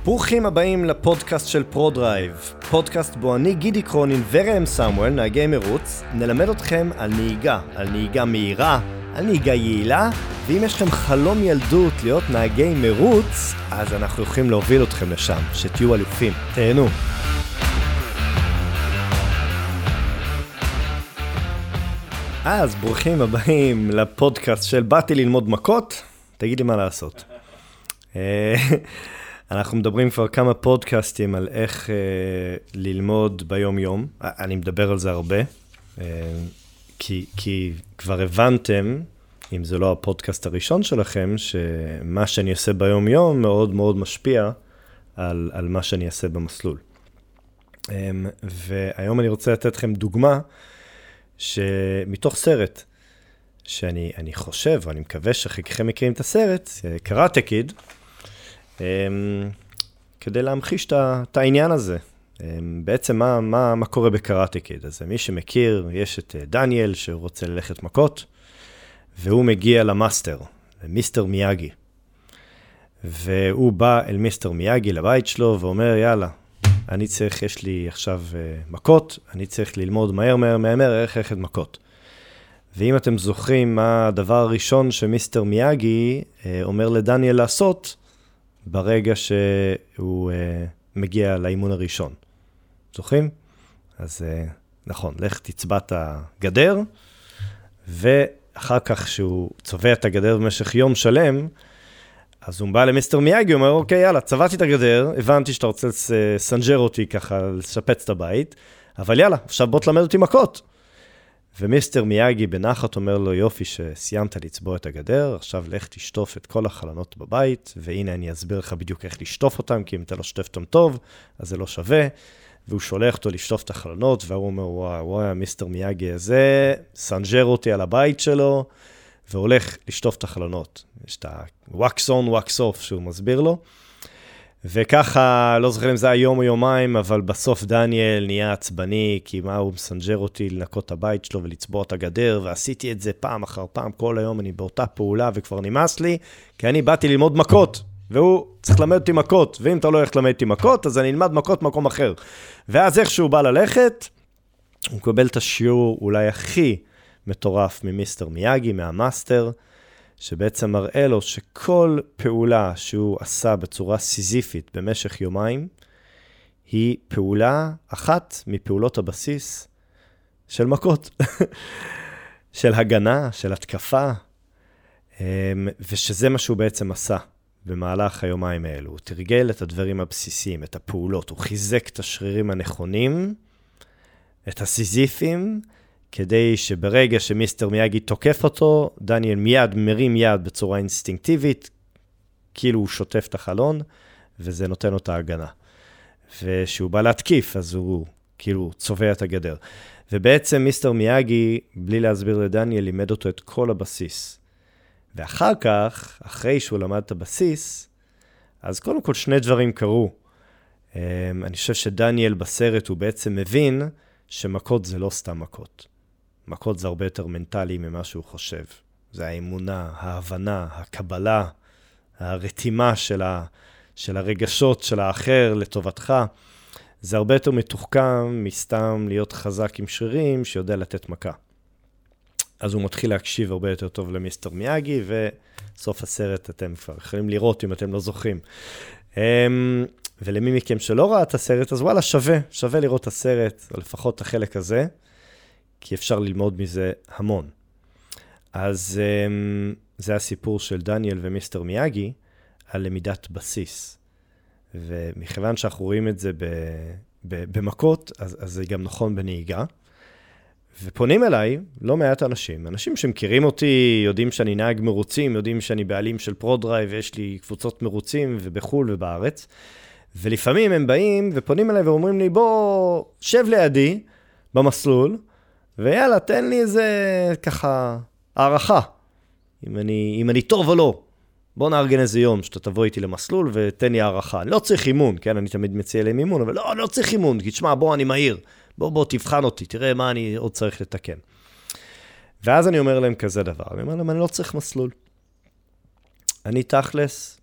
ברוכים הבאים לפודקאסט של פרודרייב, פודקאסט בו אני גידי קרונין וראם סמואל, נהגי מרוץ, נלמד אתכם על נהיגה מהירה, על נהיגה יעילה, ואם יש לכם חלום ילדות להיות נהגי מרוץ, אז אנחנו יכולים להוביל אתכם לשם, שתהיו אלופים. תהנו. אז ברוכים הבאים לפודקאסט של באתי ללמוד מכות, תגיד לי מה לעשות. אנחנו מדברים כבר כמה פודקאסטים על איך ללמוד ביום יום, אני מדבר על זה הרבה, כי כבר הבנתם, אם זה לא הפודקאסט הראשון שלכם, שמה שאני אעשה ביום יום מאוד מאוד משפיע על מה שאני אעשה במסלול. והיום אני רוצה לתת לכם דוגמה, שמתוך סרט, שאני חושב, ואני מקווה שחלקכם מכירים את הסרט, קראטה קיד, כדי להמחיש את העניין הזה. בעצם מה קורה בקראטה קיד? אז מי שמכיר, יש את דניאל שרוצה ללכת מכות, והוא מגיע למאסטר, מיסטר מיאגי. והוא בא אל מיסטר מיאגי לבית שלו ואומר, יאללה, יש לי עכשיו מכות, אני צריך ללמוד מהר איך ללכת מכות. ואם אתם זוכרים מה הדבר הראשון שמיסטר מיאגי אומר לדניאל לעשות, ברגע שהוא מגיע לאימון הראשון. זוכרים? אז נכון, לך תצבע את הגדר, ואחר כך שהוא צובע את הגדר במשך יום שלם, אז הוא בא למיסטר מיאגי, הוא אומר, אוקיי, יאללה, צבעתי את הגדר, הבנתי שאתה רוצה לסנג'ר אותי ככה, לשפץ את הבית, אבל יאללה, עכשיו בוא תלמד אותי מכות. ומיסטר מיאגי בנחת אומר לו, יופי שסיימת לצבוע את הגדר, עכשיו לך תשטוף את כל החלונות בבית, והנה אני אסביר לך בדיוק איך לשטוף אותם, כי אם אתה לא שטוף אותם טוב, אז זה לא שווה. והוא שולח אותו לשטוף את החלונות, והוא אומר, וואי, מיסטר מיאגי הזה, סנג'ר אותי על הבית שלו, והולך לשטוף את החלונות. יש את ה-wax on, wax off שהוא מסביר לו. וככה, לא זוכר אם זה היום או יומיים, אבל בסוף דניאל נהיה עצבני, כי מה הוא מסנג'ר אותי לנקות את הבית שלו ולצבוע את הגדר, ועשיתי את זה פעם אחר פעם, כל היום אני באותה פעולה וכבר נמאס לי, כי אני באתי ללמוד מכות, והוא צריך ללמד אותי מכות, ואם אתה לא הולך ללמד אותי מכות, אז אני אלמד מכות במקום אחר. ואז איך שהוא בא ללכת, הוא מקבל את השיעור אולי הכי מטורף ממיסטר מיאגי, מהמאסטר, שבעצם מראה לו שכל פעולה שהוא עשה בצורה סיזיפית במשך יומיים, היא פעולה אחת מפעולות הבסיס של מכות, של הגנה, של התקפה, ושזה מה שהוא בעצם עשה במהלך היומיים האלו. הוא תרגל את הדברים הבסיסיים, את הפעולות, הוא חיזק את השרירים הנכונים, את הסיזיפים, כדי שברגע שמיסטר מיאגי תוקף אותו, דניאל מיד מרים יד בצורה אינסטינקטיבית, כאילו הוא שוטף את החלון, וזה נותן אותה הגנה. ושהוא בא להתקיף, אז הוא כאילו צובע את הגדר. ובעצם מיסטר מיאגי, בלי להסביר לדניאל, לימד אותו את כל הבסיס. ואחר כך, אחרי שהוא למד את הבסיס, אז קודם כל שני דברים קרו. אני חושב שדניאל בסרט הוא בעצם מבין שמכות זה לא סתם מכות. מכות זה הרבה יותר מנטלי ממה שהוא חושב. זה האמונה, ההבנה, הקבלה, הרתימה של הרגשות של האחר לטובתך. זה הרבה יותר מתוחכם מסתם להיות חזק עם שרירים שיודע לתת מכה. אז הוא מתחיל להקשיב הרבה יותר טוב למיסטר מיאגי, וסוף הסרט אתם כבר יכולים לראות אם אתם לא זוכרים. ולמי מכם שלא ראה את הסרט, אז וואלה, שווה לראות את הסרט, או לפחות את החלק הזה, כי אפשר ללמוד מזה המון. אז זה הסיפור של דניאל ומיסטר מיאגי, על למידת בסיס. ומכיוון שאנחנו רואים את זה במכות, אז זה גם נכון בנהיגה. ופונים אליי לא מעט אנשים שמכירים אותי, יודעים שאני נהג מרוצים, יודעים שאני בעלים של פרודרייב, ויש לי קבוצות מרוצים ובחול ובארץ. ולפעמים הם באים ופונים אליי ואומרים לי, בוא, שב לידי במסלול, ויאללה, תן לי איזה ככה הערכה, אם אני טוב או לא. בוא נארגן איזה יום שאתה תבוא איתי למסלול ותן לי הערכה. אני לא צריך אימון, כן, אני תמיד מציע להם אימון, אבל לא צריך אימון, כי תשמע, בוא, אני מהיר. בוא, תבחן אותי, תראה מה אני עוד צריך לתקן. ואז אני אומר להם כזה דבר, אני אומר להם, אני לא צריך מסלול. אני תכלס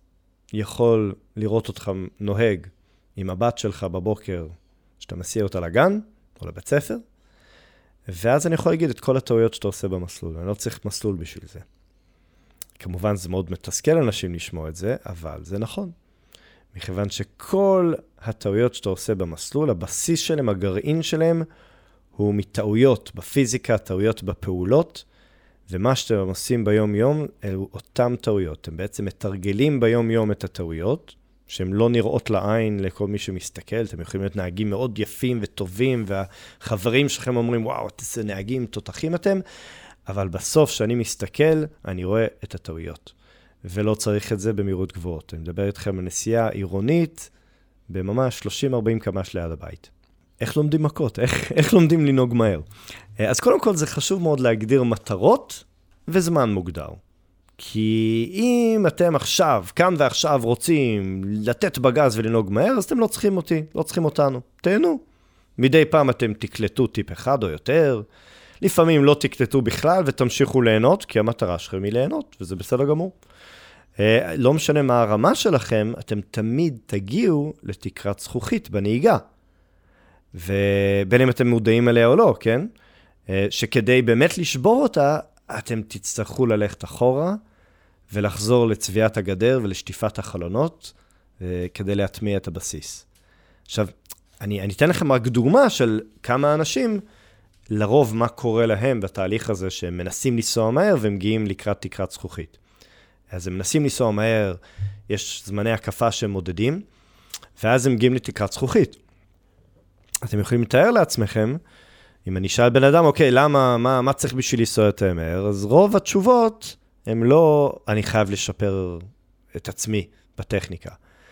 יכול לראות אותך נוהג עם הבת שלך בבוקר, שאתה מסיע אותה לגן או לבית ספר, ואז אני יכול להגיד את כל הטעויות שאתה עושה במסלול. אני לא צריך מסלול בשביל זה. כמובן זה מאוד מתסכל אנשים לשמוע את זה, אבל זה נכון. מכיוון שכל הטעויות שאתה עושה במסלול, הבסיס שלהם, הגרעין שלהם, הוא מטעויות בפיזיקה, טעויות בפעולות, ומה שאתם עושים ביום-יום, אלו אותם טעויות. הם בעצם מתרגלים ביום-יום את הטעויות, שהן לא נראות לעין לכל מי שמסתכל. אתם יכולים להיות נהגים מאוד יפים וטובים, והחברים שלכם אומרים, וואו, אתם נהגים תותחים אתם, אבל בסוף שאני מסתכל, אני רואה את הטעויות. ולא צריך את זה במהירות גבוהות. אני מדבר איתכם על נסיעה עירונית, בממש 30-40 קמ"ש ליד הבית. איך לומדים מכות? איך לומדים לנהוג מהר? אז קודם כל זה חשוב מאוד להגדיר מטרות וזמן מוגדר. כי אם אתם עכשיו, כאן ועכשיו רוצים לתת בגז ולנהוג מהר, אז אתם לא צריכים אותי, לא צריכים אותנו. תהנו. מדי פעם אתם תקלטו טיפ אחד או יותר, לפעמים לא תקלטו בכלל ותמשיכו ליהנות, כי המטרה שלכם היא ליהנות, וזה בסדר גמור. לא משנה מה הרמה שלכם, אתם תמיד תגיעו לתקרת זכוכית בנהיגה. ובין אם אתם מודעים אליה או לא, כן? שכדי באמת לשבור אותה, אתם תצטרכו ללכת אחורה, ולחזור לצביעת הגדר ולשטיפת החלונות, כדי להטמיע את הבסיס. עכשיו, אני אתן לכם רק דוגמה של כמה אנשים, לרוב מה קורה להם בתהליך הזה, שהם מנסים לנסוע מהר, והם מגיעים לקראת תקרת זכוכית. אז הם מנסים לנסוע מהר, יש זמני הקפה שהם מודדים, ואז הם מגיעים לתקרת זכוכית. אתם יכולים לתאר לעצמכם, אם אני אשאל בן אדם, אוקיי, מה צריך בשביל לנסוע יותר מהר? אז רוב התשובות הם לא, אני חייב לשפר את עצמי בטכניקה.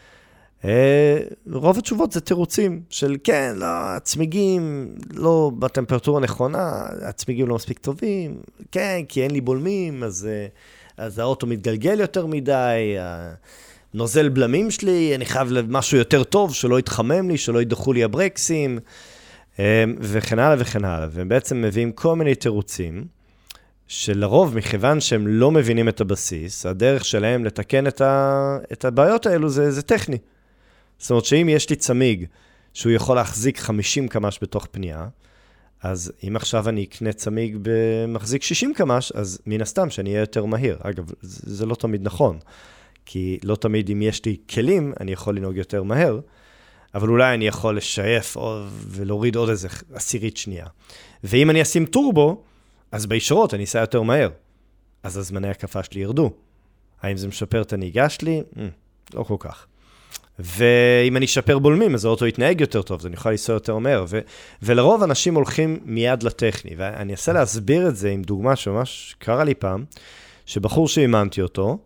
רוב התשובות זה תירוצים של כן, לא, הצמיגים לא בטמפרטורה נכונה, הצמיגים לא מספיק טובים, כן, כי אין לי בולמים, אז האוטו מתגלגל יותר מדי, נוזל בלמים שלי, אני חייב משהו יותר טוב, שלא יתחמם לי, שלא ידחו לי הברקסים, וכן הלאה וכן הלאה. והם בעצם מביאים כל מיני תירוצים, שלרוב, מכיוון שהם לא מבינים את הבסיס, הדרך שלהם לתקן את הבעיות האלו זה טכני. זאת אומרת שאם יש לי צמיג, שהוא יכול להחזיק 50 קמ"ש בתוך פנייה, אז אם עכשיו אני אקנה צמיג במחזיק 60 קמ"ש, אז מן הסתם שאני אהיה יותר מהיר. אגב, זה לא תמיד נכון, כי לא תמיד אם יש לי כלים, אני יכול לנהוג יותר מהר, אבל אולי אני יכול לשייף ולהוריד עוד איזה עשירית שנייה. ואם אני אשים טורבו, אז בישרות אני אסע יותר מהר. אז הזמני הקפה שלי ירדו. האם זה משפר את הנהיגה שלי? לא כל כך. ואם אני אשפר בולמים, אז האוטו יתנהג יותר טוב, אז אני אוכל לנסוע יותר מהר. ולרוב אנשים הולכים מיד לטכני, ואני אנסה להסביר את זה עם דוגמה שממש קרה לי פעם, שבחור שאימנתי אותו,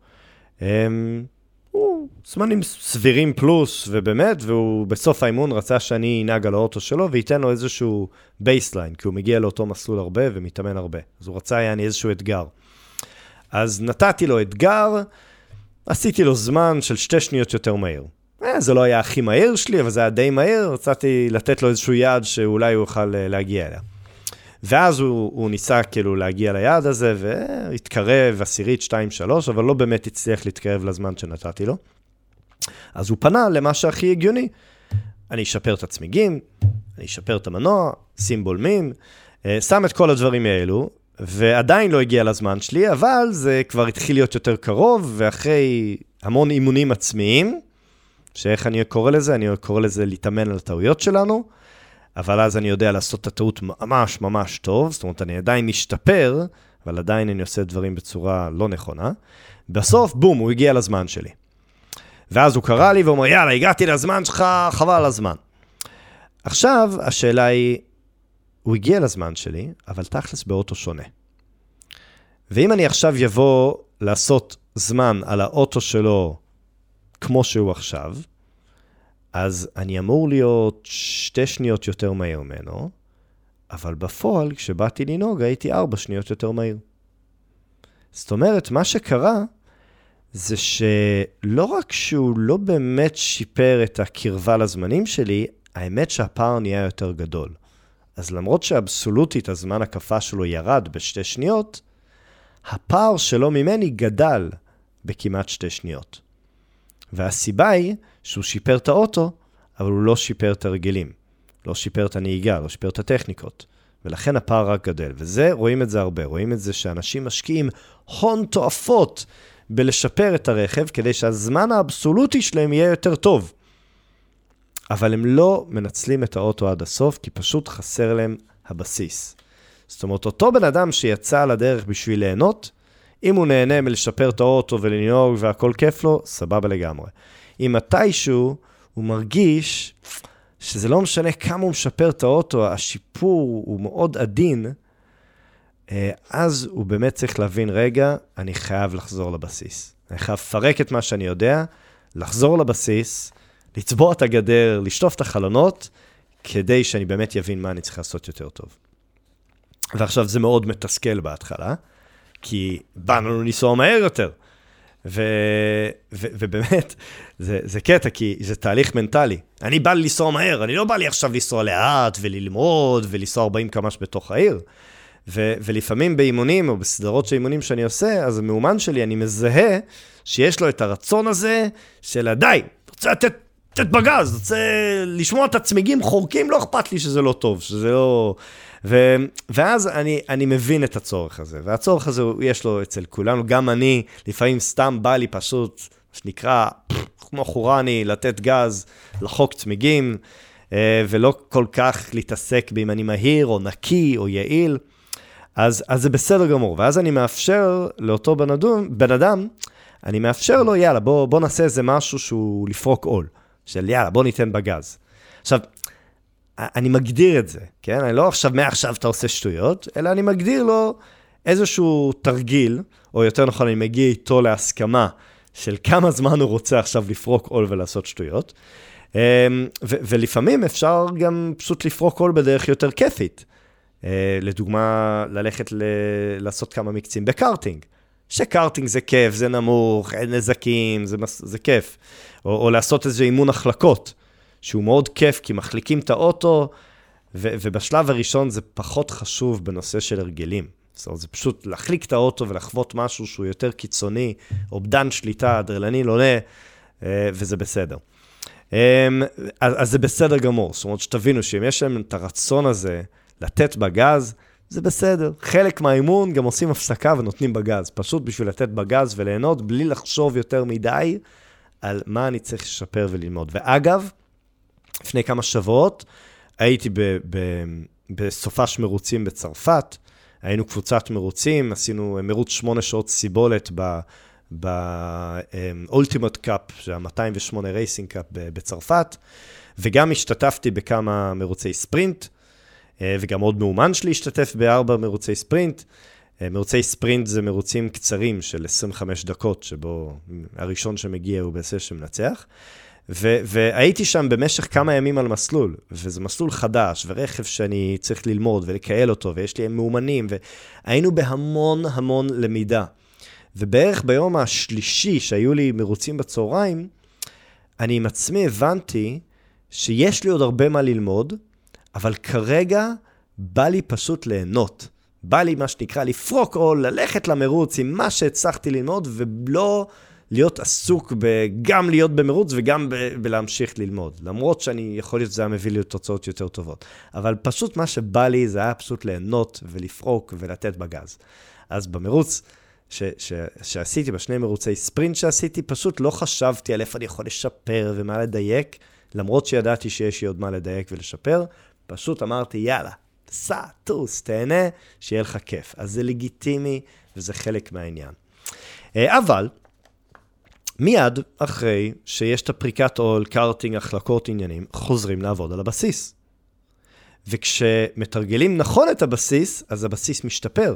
הוא זמנים סבירים פלוס, ובאמת, והוא בסוף האימון רצה שאני אנהג על האוטו שלו, וייתן לו איזשהו בייסליין, כי הוא מגיע לאותו מסלול הרבה ומתאמן הרבה. אז הוא רצה יעני איזשהו אתגר. אז נתתי לו אתגר, עשיתי לו זמן של 2 שניות יותר מהיר. זה לא היה הכי מהיר שלי, אבל זה היה די מהיר, רציתי לתת לו איזשהו יעד שאולי הוא יוכל להגיע אליה. ואז הוא ניסה כאילו להגיע ליעד הזה, והתקרב עשירית 2-3, אבל לא באמת הצליח להתקרב לזמן שנתתי לו. אז הוא פנה למה שהכי הגיוני. אני אשפר את הצמיגים, אני אשפר את המנוע, שים בולמים, שם את כל הדברים האלו, ועדיין לא הגיע לזמן שלי, אבל זה כבר התחיל להיות יותר קרוב, ואחרי המון אימונים עצמיים, שאיך אני קורא לזה? אני קורא לזה להתאמן על הטעויות שלנו, אבל אז אני יודע לעשות את הטעות ממש ממש טוב, זאת אומרת, אני עדיין משתפר, אבל עדיין אני עושה דברים בצורה לא נכונה. בסוף, בום, הוא הגיע לזמן שלי. ואז הוא קרא לי ואומר, יאללה, הגעתי לזמן שלך, חבל על הזמן. עכשיו, השאלה היא, הוא הגיע לזמן שלי, אבל תכלס באוטו שונה. ואם אני עכשיו יבוא לעשות זמן על האוטו שלו, כמו שהוא עכשיו, אז אני אמור להיות 2 שניות יותר מהיר ממנו, אבל בפועל, כשבאתי לנהוג, הייתי 4 שניות יותר מהיר. זאת אומרת, מה שקרה, זה שלא רק שהוא לא באמת שיפר את הקרבה לזמנים שלי, האמת שהפער נהיה יותר גדול. אז למרות שאבסולוטית הזמן הקפה שלו ירד ב2 שניות, הפער שלו ממני גדל בכמעט 2 שניות. והסיבה היא שהוא שיפר את האוטו, אבל הוא לא שיפר את הרגלים, לא שיפר את הנהיגה, לא שיפר את הטכניקות. ולכן הפער רק גדל. וזה, רואים את זה הרבה. רואים את זה שאנשים משקיעים הון תועפות בלשפר את הרכב, כדי שהזמן האבסולוטי שלהם יהיה יותר טוב. אבל הם לא מנצלים את האוטו עד הסוף, כי פשוט חסר להם הבסיס. זאת אומרת, אותו בן אדם שיצא על הדרך בשביל ליהנות, אם הוא נהנה מלשפר את האוטו ולנהוג והכל כיף לו, סבבה לגמרי. אם מתישהו הוא מרגיש שזה לא משנה כמה הוא משפר את האוטו, השיפור הוא מאוד עדין, אז הוא באמת צריך להבין, רגע, אני חייב לחזור לבסיס. אני חייב לפרק את מה שאני יודע, לחזור לבסיס, לצבוע את הגדר, לשטוף את החלונות, כדי שאני באמת יבין מה אני צריך לעשות יותר טוב. ועכשיו זה מאוד מתסכל בהתחלה, כי באנו לנו לנסוע מהר יותר. ובאמת, זה קטע, כי זה תהליך מנטלי. אני בא לי לנסוע מהר, אני לא בא לי עכשיו לנסוע לאט וללמוד ולנסוע 40 קמ"ש בתוך העיר. ולפעמים באימונים או בסדרות של אימונים שאני עושה, אז המאומן שלי, אני מזהה שיש לו את הרצון הזה של די, רוצה לתת בגז, רוצה לשמוע את הצמיגים חורקים, לא אכפת לי שזה לא טוב, שזה לא... ואז אני מבין את הצורך הזה, והצורך הזה יש לו אצל כולנו, גם אני, לפעמים סתם בא לי פשוט, שנקרא, כמו חורני, לתת גז, לחוק צמיגים, ולא כל כך להתעסק באם אני מהיר, או נקי, או יעיל, אז זה בסדר גמור, ואז אני מאפשר לאותו בן אדם, אני מאפשר לו, יאללה, בוא נעשה איזה משהו שהוא לפרוק עול, של יאללה, בוא ניתן בגז. עכשיו, אני מגדיר את זה, כן? אני לא עכשיו, מעכשיו אתה עושה שטויות, אלא אני מגדיר לו איזשהו תרגיל, או יותר נכון, אני מגיע איתו להסכמה של כמה זמן הוא רוצה עכשיו לפרוק עול ולעשות שטויות, ולפעמים אפשר גם פשוט לפרוק עול בדרך יותר כיפית. לדוגמה, ללכת לעשות כמה מקצים בקארטינג, שקארטינג זה כיף, זה נמוך, אין נזקים, זה כיף. או לעשות איזה אימון החלקות, שהוא מאוד כיף, כי מחליקים את האוטו, ובשלב הראשון זה פחות חשוב בנושא של הרגלים. זאת אומרת, זה פשוט להחליק את האוטו ולחוות משהו שהוא יותר קיצוני, אובדן שליטה, אדרנלין עולה, וזה בסדר. אז זה בסדר גמור. זאת אומרת, שתבינו שאם יש להם את הרצון הזה לתת בגז, זה בסדר. חלק מהאימון גם עושים הפסקה ונותנים בגז, פשוט בשביל לתת בגז וליהנות, בלי לחשוב יותר מדי על מה אני צריך לשפר וללמוד. ואגב, לפני כמה שבועות, הייתי בסופש מרוצים בצרפת, היינו קבוצת מרוצים, עשינו מרוץ 8 שעות סיבולת ב-Ultimate Cup, שזה ה-208 רייסינג קאפ בצרפת, וגם השתתפתי בכמה מרוצי ספרינט, וגם עוד מאומן שלי השתתף ב4 מרוצי ספרינט. מרוצי ספרינט זה מרוצים קצרים של 25 דקות, שבו הראשון שמגיע הוא בעצם שמנצח. והייתי שם במשך כמה ימים על מסלול, וזה מסלול חדש, ורכב שאני צריך ללמוד ולקהל אותו, ויש לי מאומנים, והיינו בהמון המון למידה. ובערך ביום השלישי שהיו לי מרוצים בצהריים, אני עם עצמי הבנתי שיש לי עוד הרבה מה ללמוד, אבל כרגע בא לי פשוט ליהנות. בא לי מה שנקרא לפרוק או ללכת למרוץ עם מה שהצלחתי ללמוד, ולא להיות עסוק גם להיות במרוץ וגם בלהמשיך ללמוד. למרות שאני יכול להיות שזה היה מביא לי תוצאות יותר טובות. אבל פשוט מה שבא לי זה היה פשוט ליהנות ולפרוק ולתת בגז. אז במרוץ שעשיתי, בשני מרוצי ספרינט שעשיתי, פשוט לא חשבתי על איפה אני יכול לשפר ומה לדייק, למרות שידעתי שיש לי עוד מה לדייק ולשפר, פשוט אמרתי, יאללה, סע, טוס, תהנה, שיהיה לך כיף. אז זה לגיטימי וזה חלק מהעניין. אבל, מיד אחרי שיש את הפריקת עול, קארטינג, החלקות, עניינים, חוזרים לעבוד על הבסיס. וכשמתרגלים נכון את הבסיס, אז הבסיס משתפר.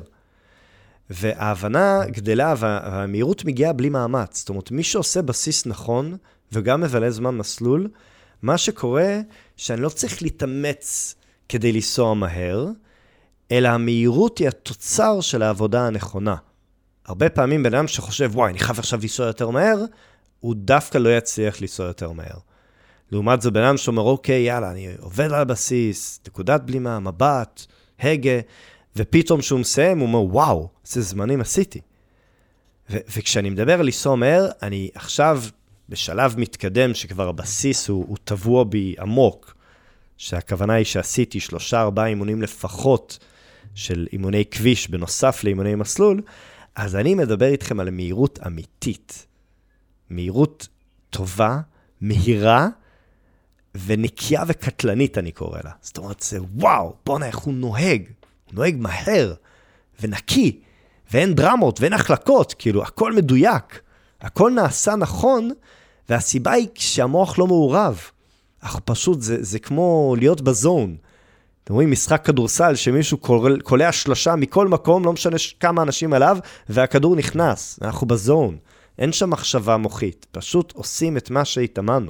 וההבנה גדלה והמהירות מגיעה בלי מאמץ. זאת אומרת, מי שעושה בסיס נכון וגם מבלה זמן מסלול, מה שקורה שאני לא צריך להתאמץ כדי לנסוע מהר, אלא המהירות היא התוצר של העבודה הנכונה. הרבה פעמים בן אדם שחושב, וואי, אני חייב עכשיו לנסוע יותר מהר, הוא דווקא לא יצליח לנסוע יותר מהר. לעומת זה בן אדם שאומר, אוקיי, יאללה, אני עובד על הבסיס, נקודת בלימה, מבט, הגה, ופתאום שהוא מסיים, הוא אומר, וואו, איזה זמנים עשיתי. וכשאני מדבר על לנסוע מהר, אני עכשיו בשלב מתקדם שכבר הבסיס הוא טבוע בי עמוק, שהכוונה היא שעשיתי 3-4 אימונים לפחות של אימוני כביש בנוסף לאימוני מסלול, אז אני מדבר איתכם על מהירות אמיתית. מהירות טובה, מהירה, ונקייה וקטלנית אני קורא לה. זאת אומרת, זה וואו, בוא איך הוא נוהג. הוא נוהג מהר ונקי, ואין דרמות ואין החלקות, כאילו הכל מדויק. הכל נעשה נכון, והסיבה היא שהמוח לא מעורב. אך פשוט זה כמו להיות בזון. אתם רואים משחק כדורסל שמישהו קולע שלושה מכל מקום, לא משנה כמה אנשים עליו, והכדור נכנס. אנחנו בזון. אין שם מחשבה מוחית. פשוט עושים את מה שהתאמנו.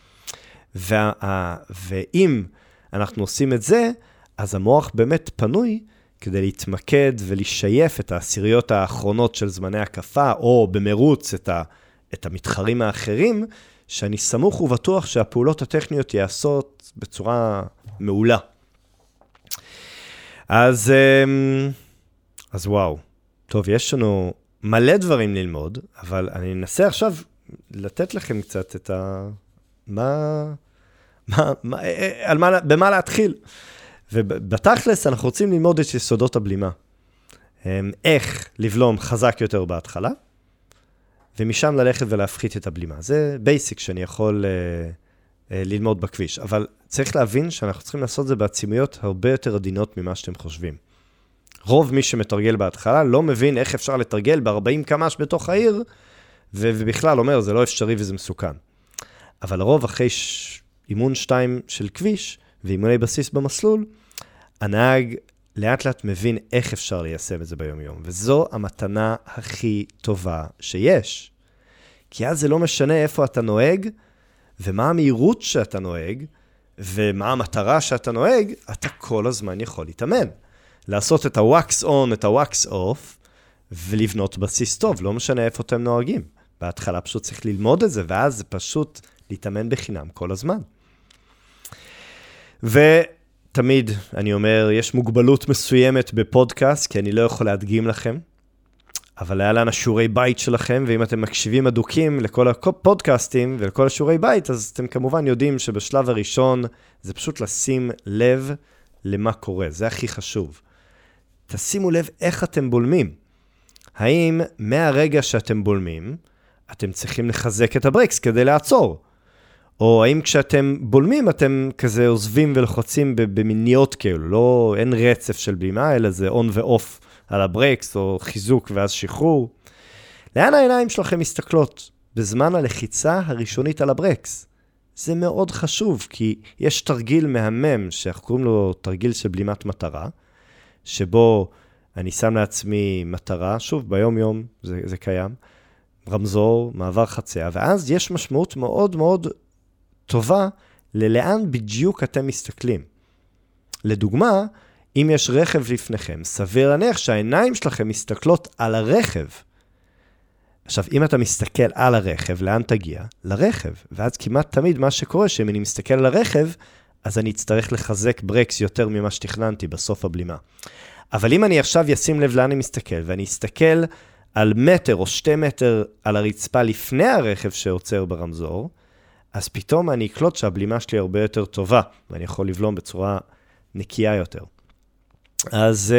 ואם אנחנו עושים את זה, אז המוח באמת פנוי כדי להתמקד ולשייף את העשיריות האחרונות של זמני הקפה, או במרוץ את המתחרים האחרים, שאני סמוך ובטוח שהפעולות הטכניות יעשות בצורה מעולה. אז וואו. טוב, יש לנו מלא דברים ללמוד, אבל אני אנסה עכשיו לתת לכם קצת את במה להתחיל. ובתכלס אנחנו רוצים ללמוד את יסודות הבלימה. איך לבלום חזק יותר בהתחלה, ומשם ללכת ולהפחית את הבלימה. זה בייסיק שאני יכול ללמוד בכביש. אבל צריך להבין שאנחנו צריכים לעשות זה בעצימויות הרבה יותר עדינות ממה שאתם חושבים. רוב מי שמתרגל בהתחלה לא מבין איך אפשר לתרגל ב-40 קמ"ש בתוך העיר, ובכלל אומר, זה לא אפשרי וזה מסוכן. אבל הרוב אחרי אימון 2 של כביש, ואימוני בסיס במסלול, הנהג לאט לאט מבין איך אפשר ליישם את זה ביום יום. וזו המתנה הכי טובה שיש. כי אז זה לא משנה איפה אתה נוהג, ומה המהירות שאתה נוהג, ומה המטרה שאתה נוהג, אתה כל הזמן יכול להתאמן. לעשות את ה-wax on, את ה-wax off, ולבנות בסיס טוב. לא משנה איפה אתם נוהגים. בהתחלה פשוט צריך ללמוד את זה, ואז זה פשוט להתאמן בחינם כל הזמן. ותמיד אני אומר, יש מוגבלות מסוימת בפודקאסט, כי אני לא יכול להדגים לכם, אבל היה לנו שיעורי בית שלכם, ואם אתם מקשיבים אדוקים לכל הפודקאסטים ולכל השיעורי בית, אז אתם כמובן יודעים שבשלב הראשון זה פשוט לשים לב למה קורה, זה הכי חשוב. תשימו לב איך אתם בולמים. האם מהרגע שאתם בולמים, אתם צריכים לחזק את הברקס כדי לעצור? או האם כשאתם בולמים, אתם כזה עוזבים ולחוצים במיניות כאילו, לא, אין רצף של בלימה, אלא זה on ו-off על הברקס, או חיזוק ואז שחרור. לאן העיניים שלכם מסתכלות? בזמן הלחיצה הראשונית על הברקס. זה מאוד חשוב, כי יש תרגיל מהמם, שאנחנו קוראים לו תרגיל של בלימת מטרה, שבו אני שם לעצמי מטרה, שוב, ביום יום זה קיים, רמזור, מעבר חצייה, ואז יש משמעות מאוד מאוד טובה ללאן בדיוק אתם מסתכלים. לדוגמה, אם יש רכב לפניכם, סביר להניח שהעיניים שלכם מסתכלות על הרכב. עכשיו, אם אתה מסתכל על הרכב, לאן תגיע? לרכב. ואז כמעט תמיד מה שקורה, שאם אני מסתכל על הרכב, אז אני אצטרך לחזק ברקס יותר ממה שתכננתי בסוף הבלימה. אבל אם אני עכשיו אשים לב לאן אני מסתכל, ואני אסתכל על מטר או 2 מטר על הרצפה לפני הרכב שעוצר ברמזור, אז פתאום אני אקלוט שהבלימה שלי הרבה יותר טובה, ואני יכול לבלום בצורה נקייה יותר. אז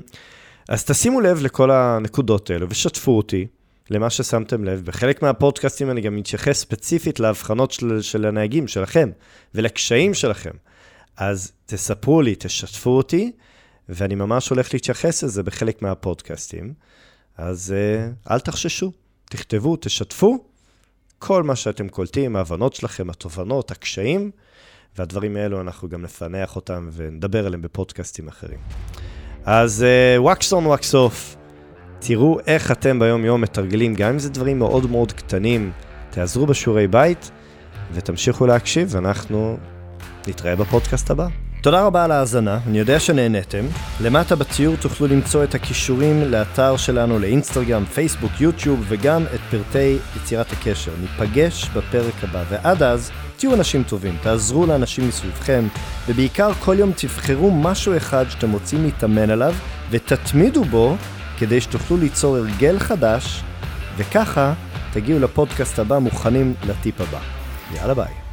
תשימו לב לכל הנקודות האלו, ושתפו אותי למה ששמתם לב. בחלק מהפודקאסטים אני גם מתייחס ספציפית להבחנות של הנהגים שלכם, ולקשיים שלכם. אז תספרו לי, תשתפו אותי, ואני ממש הולך להתייחס לזה בחלק מהפודקאסטים. אז אל תחששו, תכתבו, תשתפו, כל מה שאתם קולטים, ההבנות שלכם, התובנות, הקשיים, והדברים האלו אנחנו גם נפנח אותם ונדבר עליהם בפודקאסטים אחרים. אז wax on, wax off. תראו איך אתם ביום יום מתרגלים, גם אם זה דברים מאוד מאוד קטנים, תעזרו בשיעורי בית ותמשיכו להקשיב, ואנחנו נתראה בפודקאסט הבא. תודה רבה על ההאזנה, אני יודע שנהנתם. למטה בציור תוכלו למצוא את הכישורים לאתר שלנו, לאינסטגרם, פייסבוק, יוטיוב, וגם את פרטי יצירת הקשר. ניפגש בפרק הבא, ועד אז תהיו אנשים טובים, תעזרו לאנשים מסביבכם, ובעיקר כל יום תבחרו משהו אחד שאתם רוצים להתאמן עליו, ותתמידו בו כדי שתוכלו ליצור הרגל חדש, וככה תגיעו לפודקאסט הבא מוכנים לטיפ הבא. יאללה ביי.